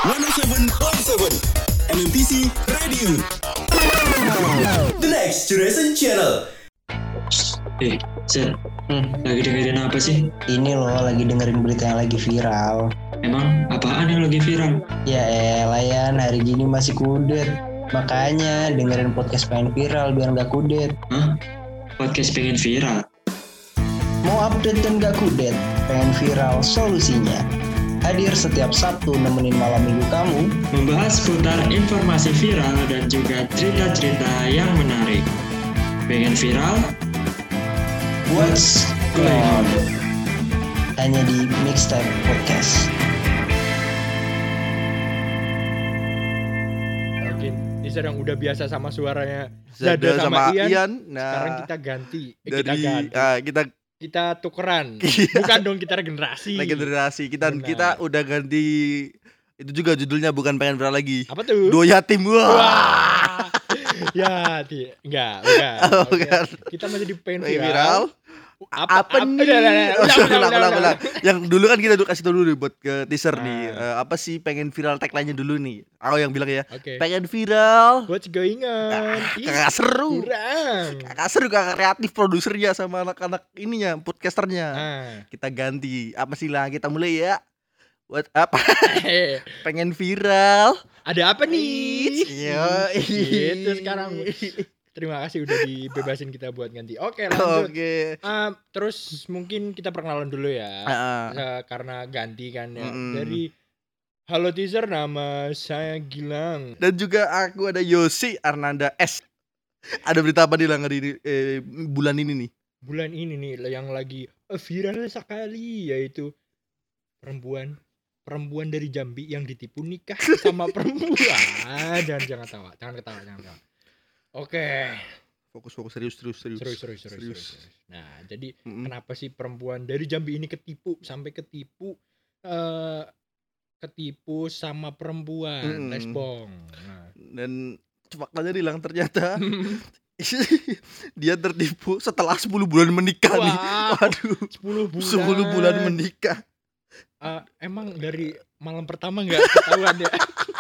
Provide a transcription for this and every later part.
107.7 MMTC Radio. The Next Generation Channel. Sen, lagi dengerin apa sih? Ini loh lagi dengerin berita yang lagi viral. Emang apaan yang lagi viral? Ya elah Yan, hari gini masih kudet. Makanya dengerin podcast pengen viral biar gak kudet. Hah? Podcast pengen viral? Mau update dan gak kudet? Pengen viral solusinya. Hadir setiap Sabtu nemenin malam minggu kamu. Membahas seputar informasi viral dan juga cerita-cerita yang menarik. Pengen viral? What's going on? Hanya di Mixtape Podcast. Mungkin teaser yang udah biasa sama suaranya Zada sama Ian. Sekarang Nah, kita ganti. kita Kita tukeran. Iya. Bukan dong kita regenerasi. regenerasi. Benar. Kita udah ganti, itu juga judulnya bukan pengen viral lagi. Apa tuh? Dua yatim. Wah. Ya, enggak. Oh, bukan. Kita masih di pengen Pengen viral. Apa nih? Ulang. Yang dulu kan kita kasih tau dulu buat ke teaser nih. Apa sih pengen viral tagline-nya dulu nih? Aku yang bilang ya. Oke. Pengen viral. What's going on? Kakak seru. Kurang. Kakak seru, kakak kreatif produsernya sama anak-anak ininya, podcasternya. Nah. Kita ganti. Apa sih lah? Kita mulai ya. Buat apa? Eh, Pengen viral. ada apa nih? Iya. Gitu sekarang. Terima kasih udah dibebasin kita buat ganti. Oke, lanjut. Oke. Terus mungkin kita perkenalan dulu ya. Karena ganti kan ya. Dari halo teaser, nama saya Gilang. Dan juga aku ada Yosi Arnanda S. Ada berita apa nih Lang hari ini, bulan ini nih? Bulan ini nih yang lagi viral sekali, yaitu perempuan dari Jambi yang ditipu nikah sama perempuan. Jangan ketawa. Oke. Fokus serius. Serius. Nah, jadi kenapa sih perempuan dari Jambi ini ketipu sama perempuan lesbong. Nah. Dan faktanya Dilang ternyata dia tertipu setelah 10 bulan menikah nih. Waduh. 10 bulan menikah. Emang dari malam pertama enggak ketahuan ya?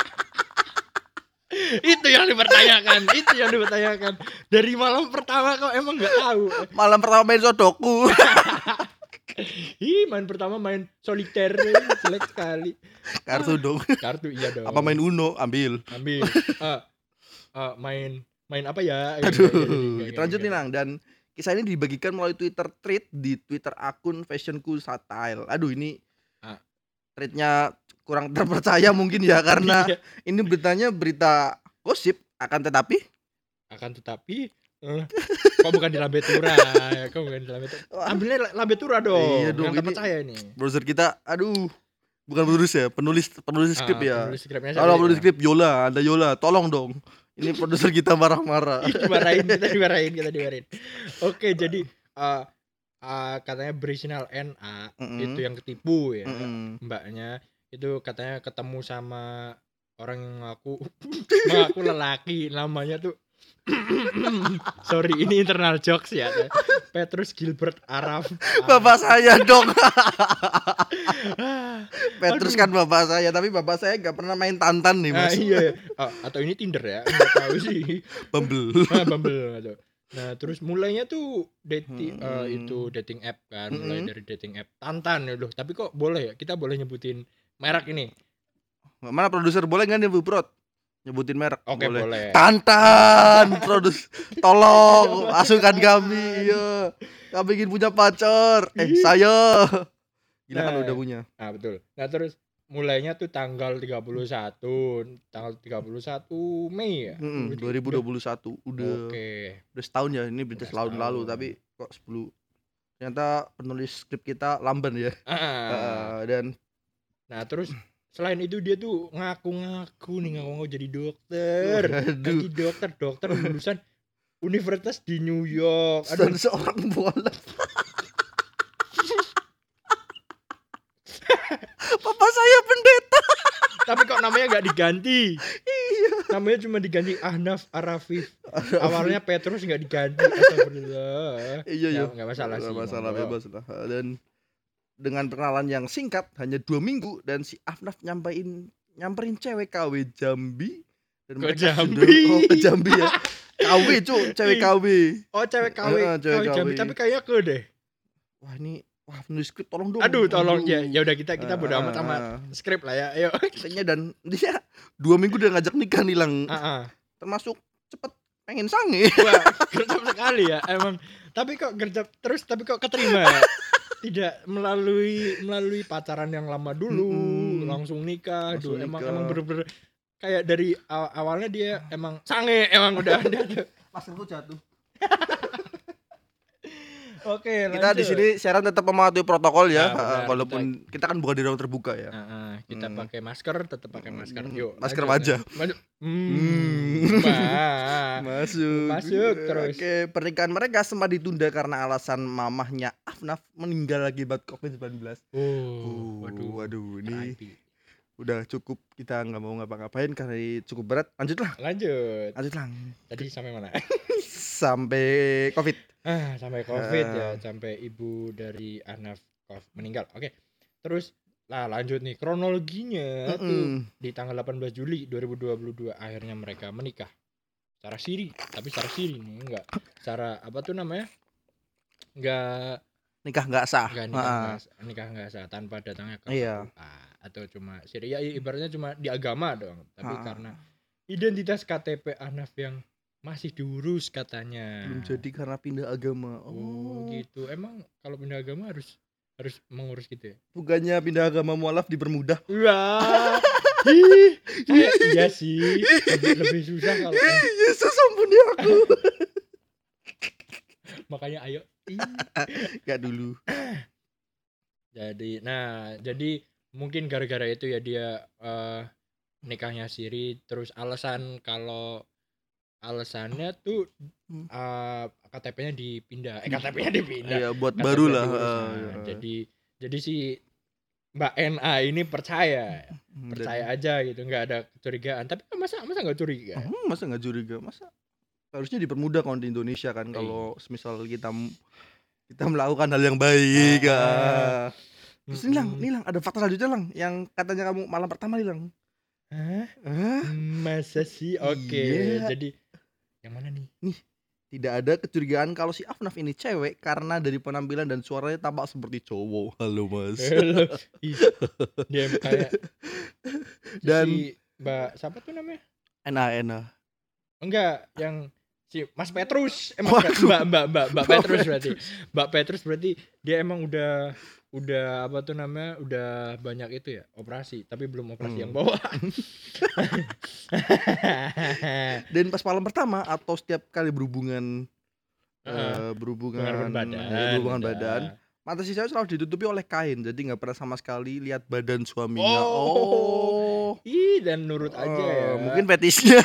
Itu yang dipertanyakan. Dari malam pertama kok emang enggak tahu. Malam pertama main Sudoku. Main pertama main soliter, jelek sekali. Kartu dong. Kartu iya dong. Apa main Uno? Ambil. Main apa ya? Aduh. Kita lanjut nih Lang. Dan kisah ini dibagikan melalui Twitter thread di Twitter akun Fashionku Style. Aduh, ini threadnya kurang terpercaya mungkin ya, karena ini berita gosip. Akan tetapi kok bukan di Lambetura ya? Ambilnya Lambetura dong. Iya dong, yang terpercaya ini. Browser kita, aduh, bukan penulis skrip ya. Kalau penulis skrip Yola, Anda Yola, tolong dong. Ini produser kita marah-marah. kita dimarahin. Oke, jadi katanya Berinisial NA itu yang ketipu ya. Mbaknya itu katanya ketemu sama orang yang mengaku lelaki, namanya tuh sorry, ini internal jokes ya. Petrus Gilbert Araf. Bapak saya dong. Petrus kan bapak saya, tapi bapak saya nggak pernah main Tantan nih Mas. Iya. Atau ini Tinder ya? Nggak tahu sih. Bumble Atau. Nah, terus mulainya tuh itu dating app kan, mulai dari dating app Tantan ya loh. Tapi kok boleh ya? Kita boleh nyebutin merek ini. Mana produser boleh nggak nih Bu Prod? Nyebutin merek? Oke, boleh. Tantan, tolong masukkan kami. Iya. Kami ingin punya pacar. Saya. Gila kan udah punya. Nah, betul. Nah, terus mulainya tuh tanggal 31 Mei ya? 2021. Udah setahun ya, ini berita setahun lalu, tapi kok 10. Ternyata penulis skrip kita lamban ya. Dan nah, terus selain itu dia tuh ngaku jadi dokter. Lagi dokter lulusan universitas di New York. Dan seorang mualaf. Bapak saya pendeta. Tapi kok namanya gak diganti? Iya. Namanya cuma diganti Ahnaf Arafif. Awalnya Petrus gak diganti. Astagfirullah. Iya. Gak masalah sih. Gak masalah, bebas lah. Dan dengan perkenalan yang singkat hanya 2 minggu dan si Ahnaf nyampein nyamperin cewek KW Jambi dan Ke mereka Jambi. sudah ke Jambi ya. KW cuk, cewek KW. Oh, cewek KW. Cewek KW Jambi, KW. tapi kayaknya ke deh. Wah penulis skrip tolong dong. Aduh, tolong ya. Ya udah kita bodo amat sama skrip lah ya. Ayo. Kayaknya dan dia 2 minggu udah ngajak nikah nih Lang. Termasuk cepet pengen sange. Wah, gercep sekali ya. Emang tapi kok gercep terus tapi kok keterima ya? Tidak melalui pacaran yang lama dulu, langsung nikah. Langsung Emang nikah. bener-bener kayak dari awalnya dia emang sange, emang udah ada tuh. Pas itu jatuh. Oke, Kita di sini siaran tetap mematuhi protokol ya, benar, walaupun kita kan bukan di ruang terbuka ya. Kita pakai masker, tetap pakai masker. Yuk, Masker lanjut. wajah. Masuk terus. Oke, pernikahan mereka sempat ditunda karena alasan mamahnya Afnaf meninggal akibat COVID-19. Waduh, ini udah cukup, kita nggak mau ngapa-ngapain karena ini cukup berat. Lanjut Lang. Tadi sampai mana? Sampai COVID. Sampai COVID ya, sampai ibu dari Ahnaf meninggal. Oke. Terus lanjut nih kronologinya tuh di tanggal 18 Juli 2022 akhirnya mereka menikah. Secara siri nih, enggak secara apa tuh namanya? Nikah nggak sah. Nikah nggak sah tanpa datangnya ke Iya. atau cuma siri ya, ibaratnya cuma di agama dong, tapi karena identitas KTP Ahnaf yang masih diurus katanya. Belum jadi karena pindah agama. Oh gitu. Emang kalau pindah agama harus mengurus gitu ya? Bukannya pindah agama mualaf dipermudah? Wah. Iya sih. Lebih susah kalau Yesus ampuni aku. makanya ayo. Gak dulu. Jadi mungkin gara-gara itu ya dia nikahnya siri, terus alasannya tuh KTP-nya dipindah. Iya, buat baru lah. Jadi si Mbak NA ini percaya aja gitu, nggak ada kecurigaan. Tapi masa nggak curiga? Masa nggak curiga? Masa harusnya dipermudah kalau di Indonesia kan, kalau semisal kita melakukan hal yang baik. Terus nih Lang, ada fakta selanjutnya Lang, yang katanya kamu malam pertama nih Lang. Masa sih? Oke. Iya. Jadi yang mana nih? Tidak ada kecurigaan kalau si Afnaf ini cewek karena dari penampilan dan suaranya tampak seperti cowok. Halo Mas. Dia kayak Dan si Mbak siapa tuh namanya? Ena. Enggak, yang si Mas Petrus. Waduh. Mbak Petrus berarti. Mbak Petrus berarti dia emang udah apa tuh namanya, udah banyak itu ya operasi, tapi belum operasi yang bawah. Dan pas malam pertama atau setiap kali berhubungan badan, mata si cewek selalu ditutupi oleh kain, jadi nggak pernah sama sekali lihat badan suaminya. Dan nurut aja ya. Mungkin fetisnya.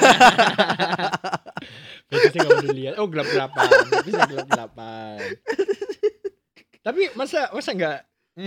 Fetisnya nggak mau dilihat. Gelap-gelapan. Fetisnya gelap-gelapan. Tapi masa nggak?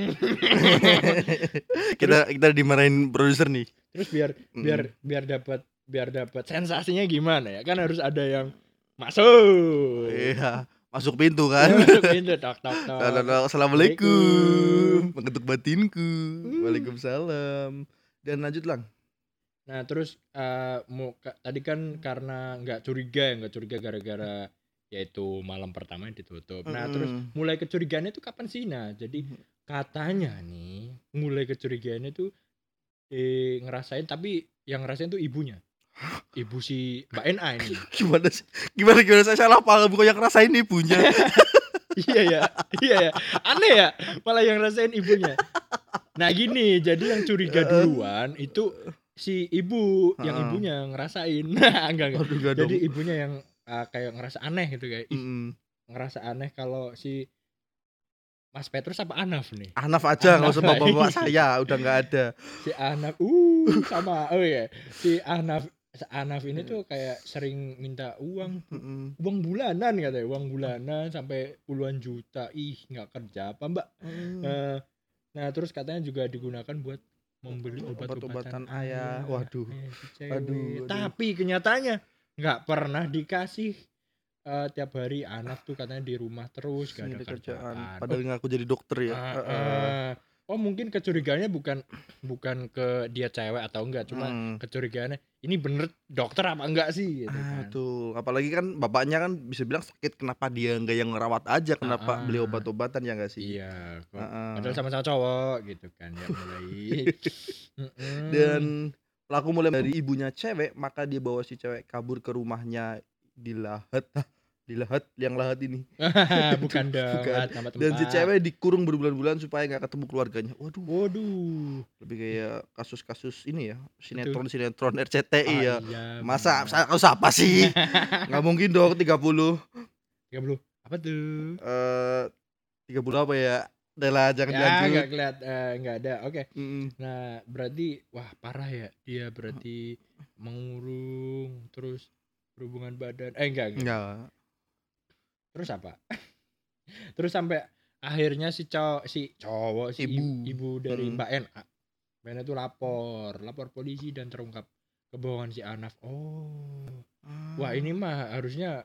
kita dimarahin produser nih. Terus biar dapat sensasinya gimana ya? Kan harus ada yang masuk. Iya, masuk pintu kan. Masuk pintu, tok. Assalamualaikum. Mengetuk batinku. Waalaikumsalam. Dan lanjut Lang. Nah terus tadi kan karena nggak curiga gara-gara yaitu malam pertama yang ditutup. Nah terus mulai kecurigaannya itu kapan sih? Nah jadi katanya nih mulai kecurigaannya tuh ngerasain, tapi yang ngerasain tuh ibunya. Ibu si Mbak NA ini. Gimana saya salah paham, bukan yang ngerasain ibunya. Iya ya. Aneh ya, malah yang ngerasain ibunya. Nah gini, jadi yang curiga duluan itu si ibu, yang ibunya ngerasain. Enggak. Jadi ibunya yang kayak ngerasa aneh gitu kayak. Ngerasa aneh kalau si Mas Petrus apa Ahnaf nih? Ahnaf aja, nggak usah bapak-bapak saya, udah nggak ada. Si Ahnaf, sama, si Ahnaf ini tuh kayak sering minta uang bulanan katanya, uang bulanan sampai puluhan juta, nggak kerja apa Mbak? Nah terus katanya juga digunakan buat membeli obat-obatan ayah. Waduh. Tapi kenyataannya nggak pernah dikasih. Tiap hari Ahnaf tuh katanya di rumah terus, gak ada kerjaan. Padahal ngaku jadi dokter ya. Oh mungkin kecurigaannya bukan ke dia cewek atau enggak, cuma kecurigaannya ini bener dokter apa enggak sih gitu kan. Tuh, apalagi kan bapaknya kan bisa bilang sakit, kenapa dia enggak yang ngerawat aja, kenapa beli obat-obatan ya enggak sih? Iya, padahal sama-sama cowok gitu kan ya mulai. Dan pelaku mulai dari ibunya cewek, maka dia bawa si cewek kabur ke rumahnya di Lahat. Di Lahat, yang Lahat ini. Bukan dong, Bukan. nama tempat. Dan si cewek dikurung berbulan-bulan supaya nggak ketemu keluarganya. Waduh. Lebih kayak kasus-kasus ini ya, sinetron RCTI ya. Iya, Masa kasus apa sih? Nggak mungkin dong 30. 30. Apa tuh? 30 apa ya? Udah lah, jangan Ya dilanjut. nggak kelihatan, nggak ada. Oke. Nah berarti wah parah ya, dia berarti mengurung terus berhubungan badan. Enggak. Terus apa? Terus sampai akhirnya si cowok ibu dari Mbak N.A. Mbak N.A. itu lapor polisi dan terungkap kebohongan si Anaf. Wah ini mah harusnya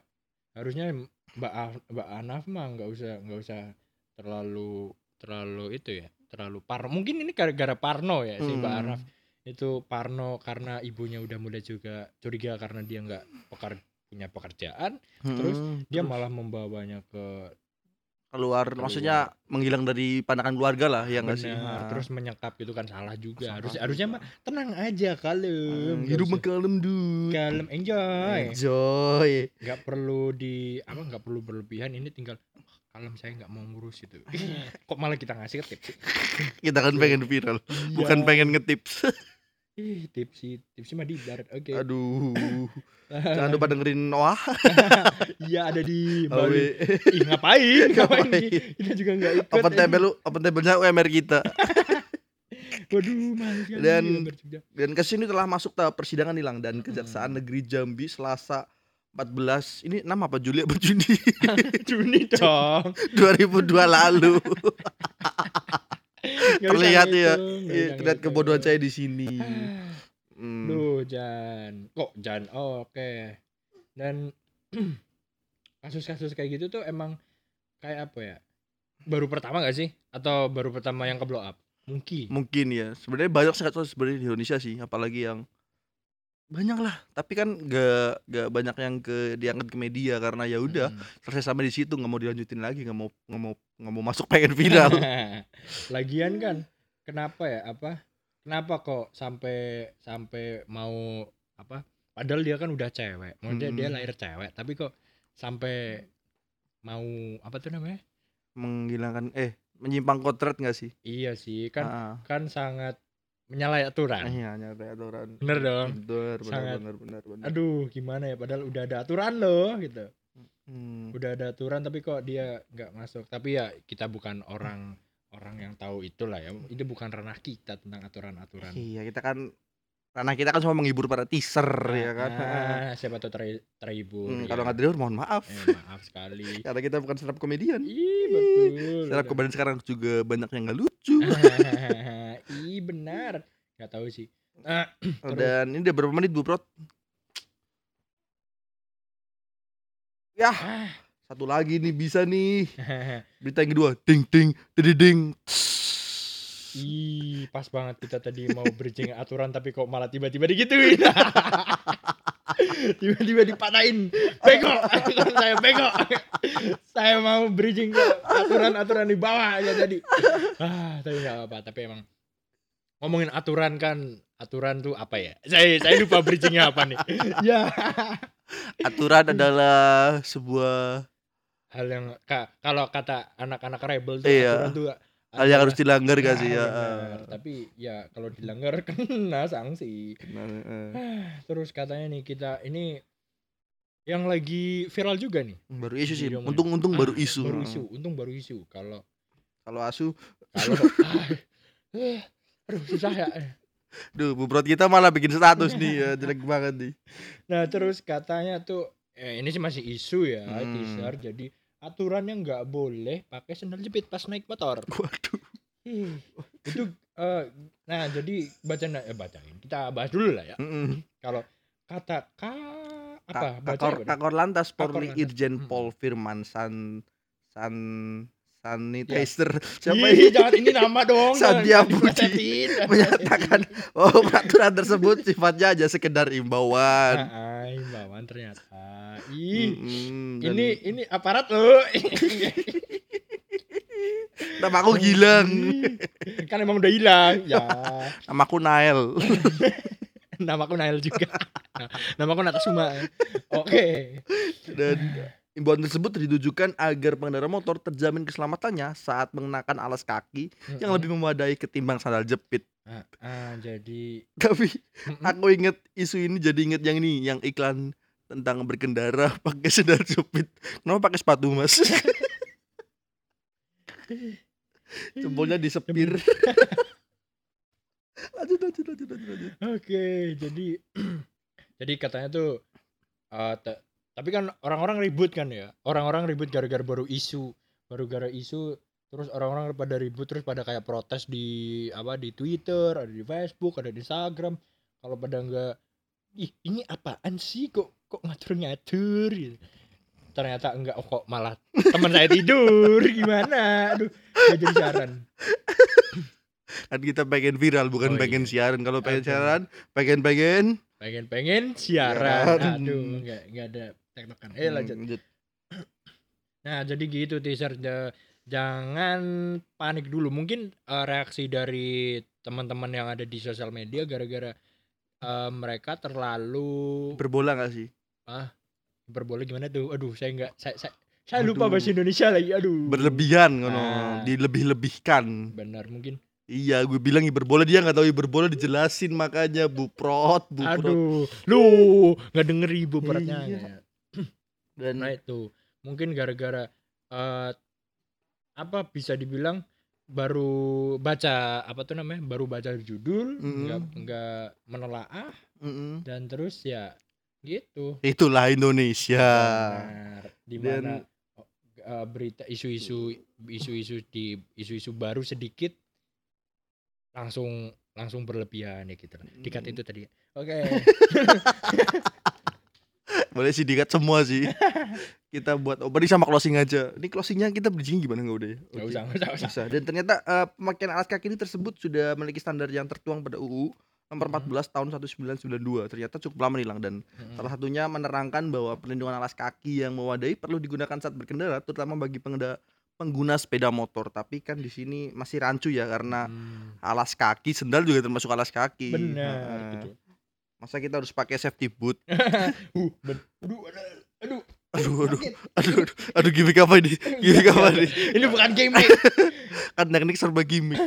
Mbak Anaf mah nggak usah terlalu itu ya, terlalu parno. Mungkin ini gara-gara parno ya si Mbak Anaf itu parno karena ibunya udah mulai juga curiga karena dia nggak punya pekerjaan, terus dia malah membawanya keluar, maksudnya menghilang dari pandangan keluarga lah ya nggak sih? Terus menyekap itu kan salah juga. Harusnya mah tenang aja, kalem. Hidup kalem dulu. Kalem, enjoy. Nggak perlu nggak perlu berlebihan. Ini tinggal kalem, saya nggak mau ngurus itu. Kok malah kita ngasih tips sih? Kita kan pengen viral, bukan pengen ngetips. Tipsnya mah di barat. Oke. Aduh. Jangan lupa dengerin Noah. Iya ada di Bali. Ngapain? Kita juga nggak ikut. Open table-nya UMR kita. Waduh, dan kasus ini telah masuk tahap persidangan hilang dan Kejaksaan Negeri Jambi Selasa 14 ini 6 apa Juli apa Juni? Juni dong. 2002 lalu. Terlihat ya, terlihat kebodohan saya di sini. Duh, Jan. Oke. Dan kasus-kasus kayak gitu tuh emang kayak apa ya? Baru pertama gak sih? Atau baru pertama yang ke blow up? Mungkin ya. Sebenarnya banyak kasus sebenarnya di Indonesia sih, apalagi yang banyak lah, tapi kan gak banyak yang diangkat ke media karena ya udah selesai sampai di situ, nggak mau dilanjutin lagi, nggak mau masuk pengen viral. Lagian kan kenapa kok sampai mau apa, padahal dia kan udah cewek, maksudnya dia lahir cewek, tapi kok sampai mau apa tuh namanya, menghilangkan menyimpang kodrat nggak sih? Iya sih kan sangat menyalahi aturan. Iya, menyalahi aturan. Bener dong. Bener. Aduh, gimana ya? Padahal udah ada aturan loh, gitu. Udah ada aturan, tapi kok dia nggak masuk. Tapi ya kita bukan orang yang tahu itulah ya. Itu bukan ranah kita tentang aturan-aturan. Iya, ranah kita kan cuma menghibur para teaser ya kan. Siapa tahu terhibur. Kalau nggak terhibur, mohon maaf. Maaf sekali. Karena kita bukan stand up komedian. Betul. Stand up komedian sekarang juga banyak yang nggak lucu. Benar. Nggak tahu sih. Dan ini udah berapa menit Bu Prot? Ya, satu lagi nih bisa nih. Berita yang kedua, ding ding ding. Pas banget kita tadi mau bridging aturan tapi kok malah tiba-tiba digituin. Tiba-tiba dipatahin. Bengok. Saya bengok. Saya mau bridging ke aturan-aturan di bawah aja tadi. Tapi enggak apa-apa, tapi emang ngomongin aturan kan, aturan tuh apa ya? Saya lupa bridgingnya apa nih. Ya. Aturan adalah sebuah hal yang kalau kata anak-anak rebel tuh aturan tuh hal yang harus dilanggar gak sih ya? Tapi ya kalau dilanggar kena sanksi. Terus katanya nih kita ini yang lagi viral juga nih. Baru isu sih. Untung baru isu. Untung baru isu. Kalau asu. Aduh susah ya. Duh, Bu Prot kita malah bikin status nih ya, jelek banget nih. Nah terus katanya tuh ini sih masih isu ya, teaser. Jadi aturannya nggak boleh pakai sandal jepit pas naik motor. Waduh. Itu nah jadi bacain. Kita bahas dulu lah ya. Kalau kata Kakor Lantas Polri Irjen Pol Firman sanitizer. Siapa Ih, ini? jangan ini nama dong. Satya jangan Budi diplesetin. menyatakan bahwa peraturan tersebut sifatnya aja sekedar imbauan. Imbauan ternyata. Ih, Dan ini aparat lo. namaku Gilang. Kan emang udah hilang. Ya. Namaku Nael. Namaku Nail juga. Namaku Natasuma. Oke. Dan imbauan tersebut ditujukan agar pengendara motor terjamin keselamatannya saat mengenakan alas kaki yang lebih memadai ketimbang sandal jepit. Jadi Tapi aku inget isu ini, jadi inget yang ini, yang iklan tentang berkendara pakai sandal jepit. Kenapa pakai sepatu, Mas? Jempolnya disepir. Lanjut. Oke, jadi katanya tuh tapi kan orang-orang ribut kan ya. Orang-orang ribut gara-gara isu terus orang-orang pada ribut terus pada kayak protes di Twitter, ada di Facebook, ada di Instagram. Kalau pada enggak ini apaan sih kok ngatur-ngatur gitu. Ternyata enggak, kok malah teman saya tidur gimana. Aduh, gak jadi siaran. Kan kita pengen viral, bukan pengen siaran. Kalau pengen siaran, pengen siaran. Aduh, enggak ada tektokan. Lanjut. Nah, jadi gitu teaser. Jangan panik dulu. Mungkin reaksi dari teman-teman yang ada di sosial media gara-gara mereka terlalu berbola enggak sih? Berbola gimana tuh? Aduh, saya lupa bahasa Indonesia lagi. Aduh. Berlebihan ngono, dilebih-lebihkan. Benar, mungkin. Iya, gue bilang hiperbola, dia nggak tahu hiperbola, dijelasin makanya buprot. Aduh, lu nggak denger buprotnya. Iya. Dan nah itu mungkin gara-gara bisa dibilang baru baca judul, nggak menelaah, dan terus ya gitu. Itulah Indonesia. Benar. Dimana berita isu-isu baru sedikit langsung berlebihan ya gitu. Dikat itu tadi. Oke. Boleh sih dikat semua sih. Kita buat opening sama closing aja. Ini closingnya kita bridging gimana, nggak udah ya? Nggak usah. Dan ternyata pemakaian alas kaki ini tersebut sudah memiliki standar yang tertuang pada UU nomor 14 tahun 1992. Ternyata cukup lama hilang, dan salah satunya menerangkan bahwa perlindungan alas kaki yang memadai perlu digunakan saat berkendara, terutama bagi pengguna sepeda motor. Tapi kan di sini masih rancu ya, karena alas kaki, sendal juga termasuk alas kaki. Benar, gitu. Masa kita harus pakai safety boot? Aduh, gimmick apa ini? Ini bukan gimmick. Kan teknik serba gimmick.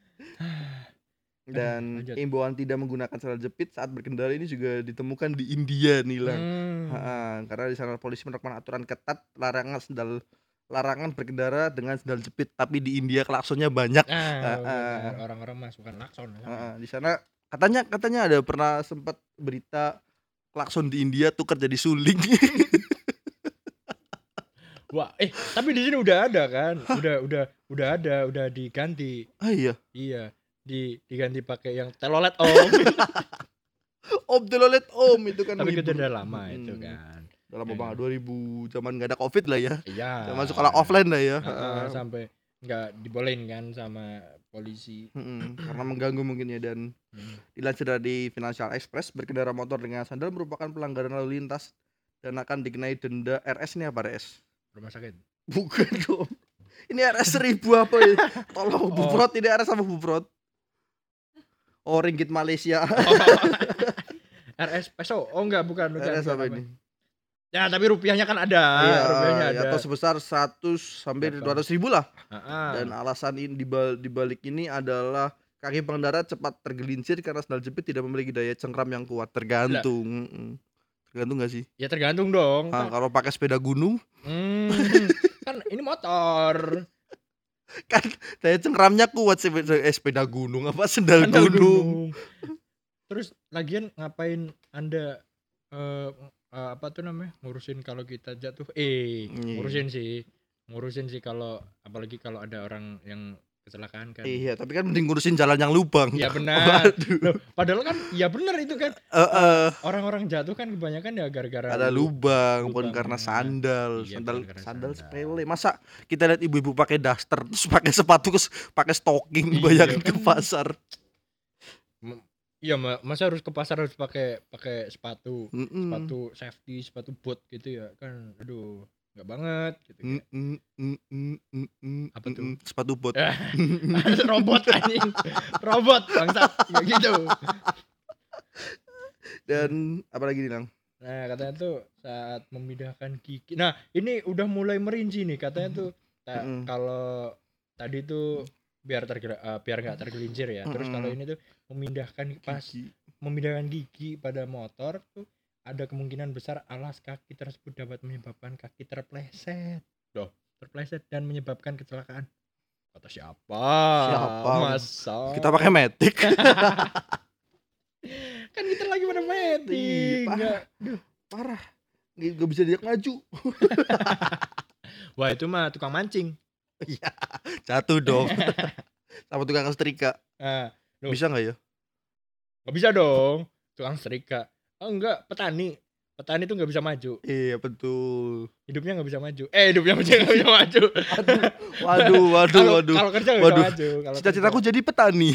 Dan imbauan tidak menggunakan sandal jepit saat berkendara ini juga ditemukan di India nih lah. Karena di sana polisi menerapkan aturan ketat larangan berkendara dengan sandal jepit, tapi di India klaksonnya banyak. Orang-orang masukkan klakson. Di sana katanya ada pernah sempat berita klakson di India tukar jadi suling. Wah, tapi di sini udah ada kan? Udah diganti. Iya. Iya, diganti pakai yang telolet om. Telolet om itu kan. Tapi itu udah lama itu kan. Udah lama banget, 2000 zaman enggak ada Covid lah ya. Iya. Zaman sekolah offline lah ya. Sampai enggak dibolehin kan sama polisi. Karena mengganggu mungkin ya. Dan dilansir dari Financial Express, berkendara motor dengan sandal merupakan pelanggaran lalu lintas dan akan dikenai denda RS. Ini apa RS? Rumah sakit. Bukan dong. Ini RS 1000 apa ya? Tolong buprot, ini RS apa buprot? Ringgit Malaysia. RS peso. Enggak, bukan. RS apa ini? Ya, tapi rupiahnya kan ada. Rupiahnya ada. Atau sebesar 100 sampai 200 ribu lah. Dan alasan ini dibalik ini adalah kaki pengendara cepat tergelincir karena sandal jepit tidak memiliki daya cengkram yang kuat. Tergantung. Tergantung gak sih? Ya tergantung dong. Kalau pakai sepeda gunung, kan ini motor. Kan daya cengkramnya kuat sih. Sepeda gunung apa sandal gunung. Terus lagian ngapain Anda ngurusin kalau kita jatuh ngurusin sih kalau apalagi kalau ada orang yang kecelakaan kan. Iya, tapi kan mending ngurusin jalan yang lubang. Iya benar. Waduh. Loh, padahal kan ya benar itu kan. Orang-orang jatuh kan kebanyakan ya gara-gara ada lubang, bukan lubang, karena ya. sandal. Iya, sandal bukan karena sandal sandal. sepele. Masa kita lihat ibu-ibu pakai daster terus pakai sepatu terus pakai stocking Iya, bayangin kan. ke pasar. Iya, masa harus ke pasar harus pakai sepatu, Mm-mm. sepatu safety, sepatu boot gitu ya kan. Aduh, enggak banget gitu ya. Apa tuh? Sepatu bot. Robot anjing. Robot bangsat kayak gitu. Dan apa lagi nih, Lang? Nah, katanya tuh saat memindahkan gigi. Nah, ini udah mulai merinci nih katanya tuh kalau tadi tuh biar nggak tergelincir ya. Terus kalau ini tuh memindahkan gigi pada motor tuh ada kemungkinan besar alas kaki tersebut dapat menyebabkan kaki terpleset. Loh, terpleset dan menyebabkan kecelakaan. Kata siapa? Masa? Kita pakai Matic. Kan kita lagi pada meeting. Parah. Gak bisa diajak maju. Wah, itu mah tukang mancing. Iya, jatuh dong. Sama tukang setrika. Bisa nggak ya? Nggak bisa dong, tukang setrika. Oh enggak, petani tuh nggak bisa maju. Iya betul. Hidupnya nggak bisa maju. Hidupnya nggak bisa maju. Waduh. Kalau kerja nggak bisa maju. Cita-citaku jadi petani.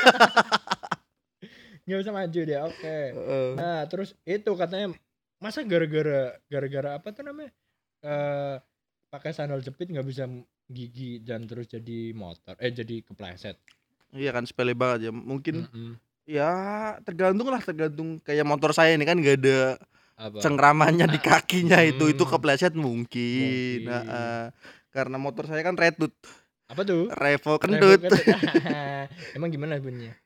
Nggak bisa maju dia. Oke. Nah terus itu katanya masa gara-gara apa tuh namanya? Pakai sandal jepit nggak bisa gigi dan terus jadi jadi kepleset. Iya kan sepele banget ya. Mungkin ya tergantung kayak motor saya ini kan nggak ada cengkramannya di kakinya itu kepleset mungkin. Karena motor saya kan retut. Apa tuh? Revo kentut. Emang gimana bunyinya?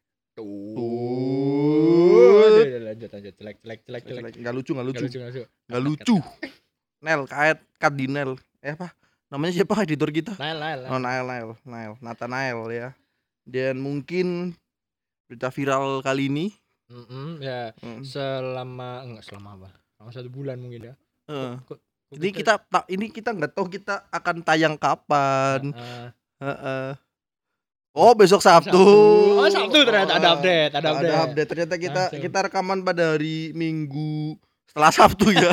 Lanjut celek. Nggak lucu. Nel kat di Nel. Apa? Namanya siapa editor kita? Nail. Nathanael ya. Dan mungkin berita viral kali ini selama apa? Selama 1 bulan mungkin ya. Ini kita nggak tahu kita akan tayang kapan. Oh besok Sabtu. Sabtu ternyata ada update. Ternyata kita rekaman pada hari Minggu setelah Sabtu ya.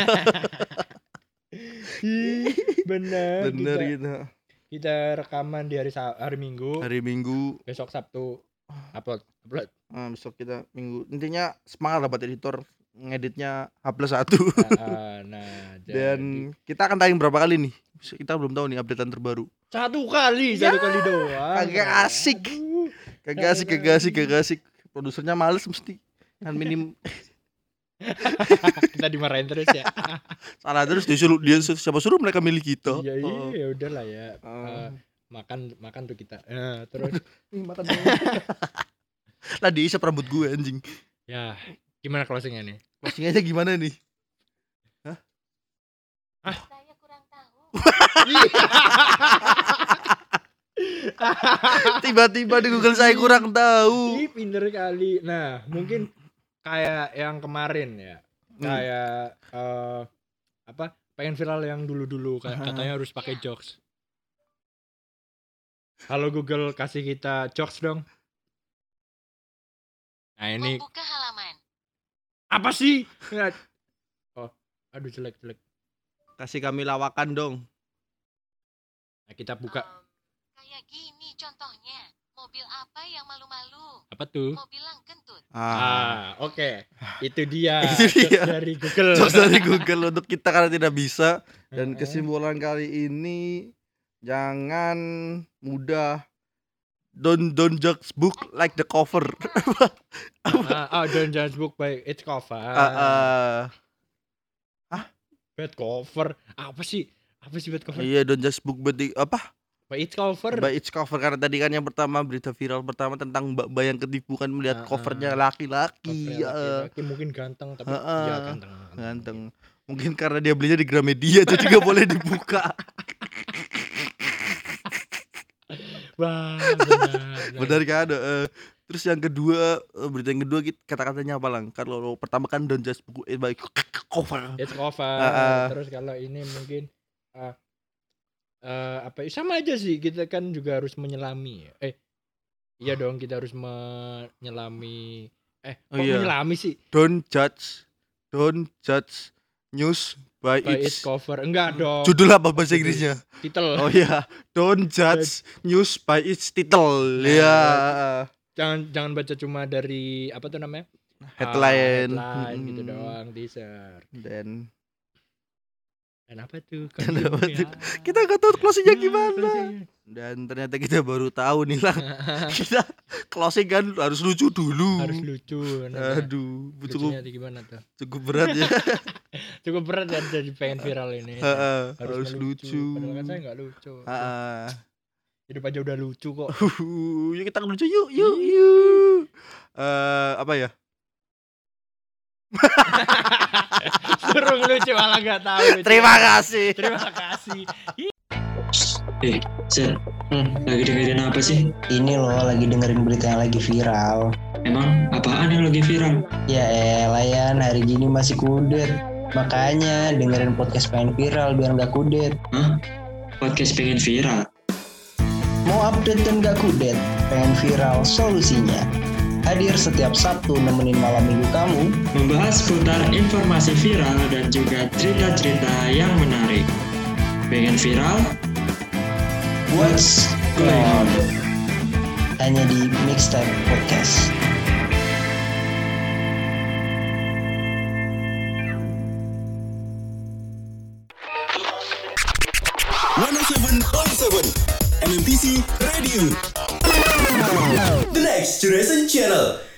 Bener gitu. Kita rekaman di hari Minggu. Besok Sabtu upload. Besok kita Minggu. Intinya semangat lah buat editor ngeditnya H+1. Dan kita akan tayang berapa kali nih? Kita belum tahu nih updatean terbaru. Satu kali doang. Kagak asik. Produsernya males mesti. Kan minim. Kita dimarahin terus ya. Salah terus siapa suruh mereka milih kita. Iya, ya udahlah ya. Makan tuh kita. Terus makan. Lah diisap rambut gue anjing. Ya, gimana closingnya nih? Closingnya gimana nih? Saya kurang tahu. Tiba-tiba di Google saya kurang tahu. Ih, pinter kali. Nah, mungkin kayak yang kemarin ya. Kayak pengen viral yang dulu-dulu katanya harus pakai jokes. Halo Google, kasih kita jokes dong. Nah, ini Membuka halaman. apa sih? Oh, aduh jelek. Kasih kami lawakan dong. Nah, kita buka. Kayak gini contohnya. Mobil apa yang malu-malu? Apa tuh? Mobil yang kentut. Oke. Itu dia. Itu dia. Jokes dari Google. Jokes dari Google untuk kita karena tidak bisa. Dan kesimpulan kali ini jangan mudah don't judge book like the cover. Don't judge book by its cover. Bad cover. Apa sih bad cover? Iya, don't judge book by By its cover. By its cover karena tadi kan yang pertama berita viral pertama tentang mbak yang ketipu kan melihat covernya laki-laki. Laki-laki mungkin ganteng tapi ya ganteng. Mungkin karena dia belinya di Gramedia jadi gak boleh dibuka. Wah, benar kan? Terus yang kedua, berita yang kedua kata-katanya apa Lang? Kalau pertama kan don't just book by cover. It's cover. Terus kalau ini mungkin sama aja sih, kita kan juga harus menyelami. Iya dong, kita harus menyelami. Menyelami sih? Don't judge news by its cover. Enggak dong. Judul apa bahasa Inggrisnya? Title. Oh iya, don't judge news by its title. Ya. Jangan baca cuma dari apa tuh namanya? Headline gitu doang, teaser. Dan apa tuh? Kita nggak tahu closingnya gimana. Dan ternyata kita baru tahu nih lah. Kita closing kan harus lucu dulu. Harus lucu. Aduh, lucunya gimana tuh? Cukup berat ya. Cukup berat ya, jadi pengen viral ini. Harus lucu. Padahal kan saya nggak lucu. Hidup aja udah lucu kok. Yuk kita lucu yuk. Apa ya? Suruh lucu malah nggak tahu. Terima kasih. Sir, lagi dengerin apa sih? Ini loh, lagi dengerin berita yang lagi viral. Emang apaan yang lagi viral? Ya Layan, hari gini masih kudet. Makanya dengerin podcast pengen viral biar nggak kudet. Hah? Podcast pengen viral? Mau update dan nggak kudet? Pengen viral solusinya. Hadir setiap Sabtu nemenin malam minggu kamu. Membahas seputar informasi viral dan juga cerita-cerita yang menarik. Pengen viral? What's going on? Hanya di Mixtape Podcast. MMTC Radio. The Next Generation Channel.